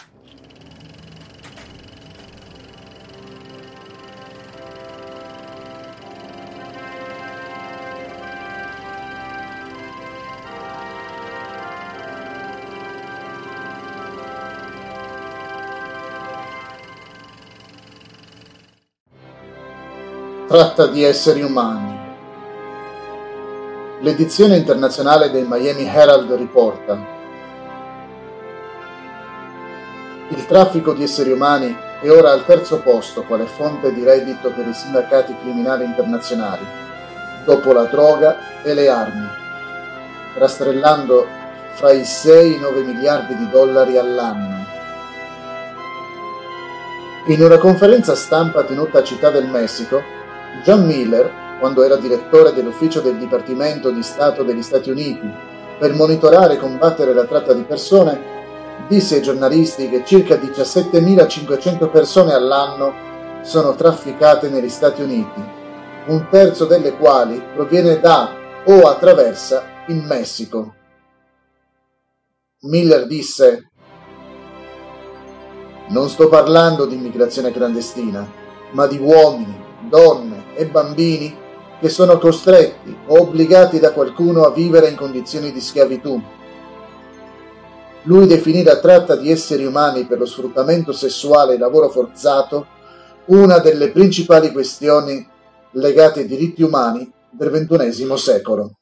Tratta di esseri umani. L'edizione internazionale del Miami Herald riporta: il traffico di esseri umani è ora al terzo posto quale fonte di reddito per i sindacati criminali internazionali, dopo la droga e le armi, rastrellando fra i 6 e i 9 miliardi di dollari all'anno. In una conferenza stampa tenuta a Città del Messico, John Miller, quando era direttore dell'ufficio del Dipartimento di Stato degli Stati Uniti per monitorare e combattere la tratta di persone, disse ai giornalisti che circa 17.500 persone all'anno sono trafficate negli Stati Uniti, un terzo delle quali proviene da o attraversa il Messico. Miller disse: non sto parlando di immigrazione clandestina, ma di uomini, donne e bambini che sono costretti o obbligati da qualcuno a vivere in condizioni di schiavitù. Lui definì la tratta di esseri umani per lo sfruttamento sessuale e lavoro forzato una delle principali questioni legate ai diritti umani del XXI secolo.